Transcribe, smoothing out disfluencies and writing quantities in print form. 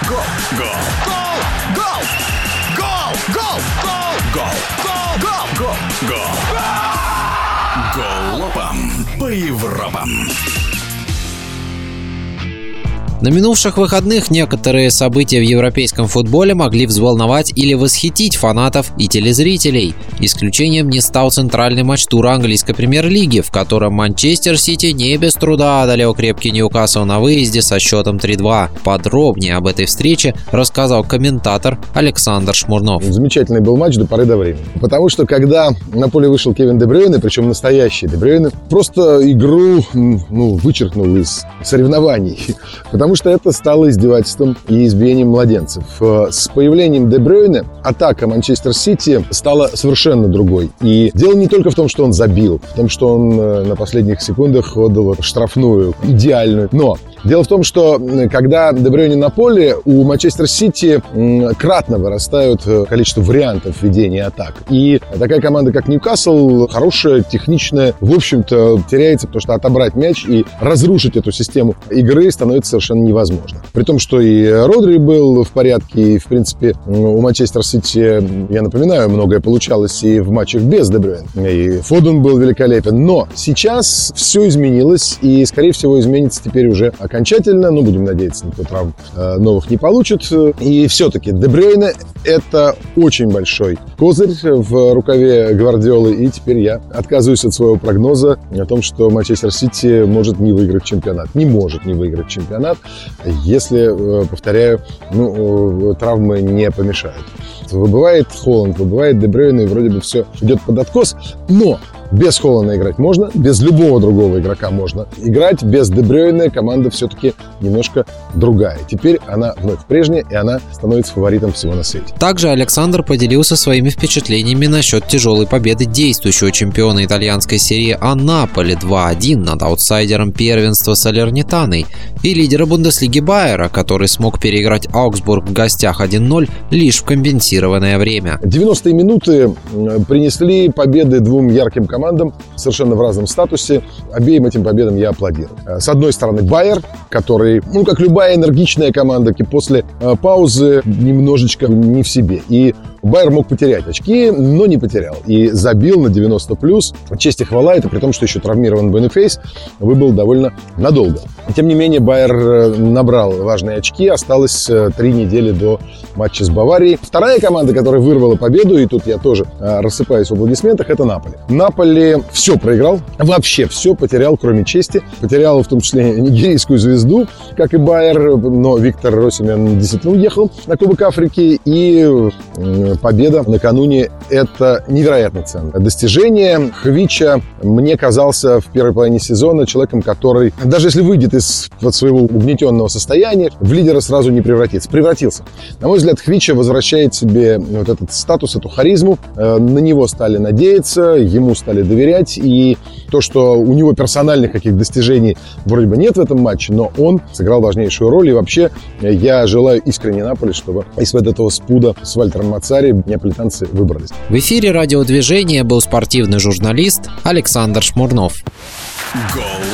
Гол! Гол! Гол! Гол! Гол! Гол! Гол! Гол! Гол! Галопом по Европам. На минувших выходных некоторые события в европейском футболе могли взволновать или восхитить фанатов и телезрителей. Исключением не стал центральный матч тура английской премьер-лиги, в котором Манчестер Сити не без труда одолел крепкий Ньюкасл на выезде со счетом 3-2. Подробнее об этой встрече рассказал комментатор Александр Шмурнов. Замечательный был матч до поры до времени. Потому что когда на поле вышел Кевин Де Брюйне, причем настоящий Де Брюйне, просто игру вычеркнул из соревнований. Потому что это стало издевательством и избиением младенцев. С появлением Де Брюйне атака Манчестер Сити стала совершенно другой. И дело не только в том, что он забил, в том, что он на последних секундах отдал штрафную, идеальную. Но дело в том, что когда Де Брюйне на поле, у Манчестер Сити кратно вырастают количество вариантов ведения атак. И такая команда, как Ньюкасл, хорошая, техничная, в общем-то, теряется, потому что отобрать мяч и разрушить эту систему игры становится совершенно невозможно. При том, что и Родри был в порядке, и, в принципе, у Манчестер Сити, я напоминаю, многое получалось и в матчах без Де Брюйне. И Фоден был великолепен. Но сейчас все изменилось, и, скорее всего, изменится теперь уже окончательно. Ну, будем надеяться, никто травм новых не получит. И все-таки Де Брюйне — это очень большой козырь в рукаве Гвардиолы, и теперь я отказываюсь от своего прогноза о том, что Манчестер Сити может не выиграть чемпионат. Не может не выиграть чемпионат, если, повторяю, травмы не помешают. Выбывает Холланд, выбывает Де Брюйне, и вроде бы все идет под откос, но без Холланда играть можно, без любого другого игрока можно играть. Без Де Брюйне команда все-таки немножко другая. Теперь она вновь прежняя, и она становится фаворитом всего на свете. Также Александр поделился своими впечатлениями насчет тяжелой победы действующего чемпиона итальянской серии А Наполи 2-1 над аутсайдером первенства Салернитаной и лидера Бундеслиги Байера, который смог переиграть Аугсбург в гостях 1-0 лишь в компенсированное время. 90-е минуты принесли победы двум ярким командам совершенно в разном статусе. Обеим этим победам я аплодирую. С одной стороны, Байер, который, как любая энергичная команда, после паузы немножечко не в себе. И Байер мог потерять очки, но не потерял. И забил на 90+. Честь и хвала, это при том, что еще травмирован Бонифейс, выбыл довольно надолго. Тем не менее, Байер набрал важные очки. Осталось 3 недели до матча с Баварией. Вторая команда, которая вырвала победу, и тут я тоже рассыпаюсь в аплодисментах, это Наполи. Наполи все проиграл, вообще все потерял, кроме чести. Потерял в том числе нигерийскую звезду, как и Байер, но Виктор Осимен действительно уехал на Кубок Африки, и победа накануне — это невероятно ценное достижение. Хвича мне казался в первой половине сезона человеком, который, даже если выйдет из своего угнетенного состояния, в лидера сразу не превратится. Превратился. На мой взгляд, Хвича возвращает себе вот этот статус, эту харизму. На него стали надеяться, ему стали доверять, и то, что у него персональных каких-то достижений вроде бы нет в этом матче, но он сыграл важнейшую роль. И вообще я желаю искренне Наполи, чтобы из-под этого спуда с Вальтером Мацари неаполитанцы выбрались. В эфире радиодвижения был спортивный журналист Александр Шмурнов. Гол!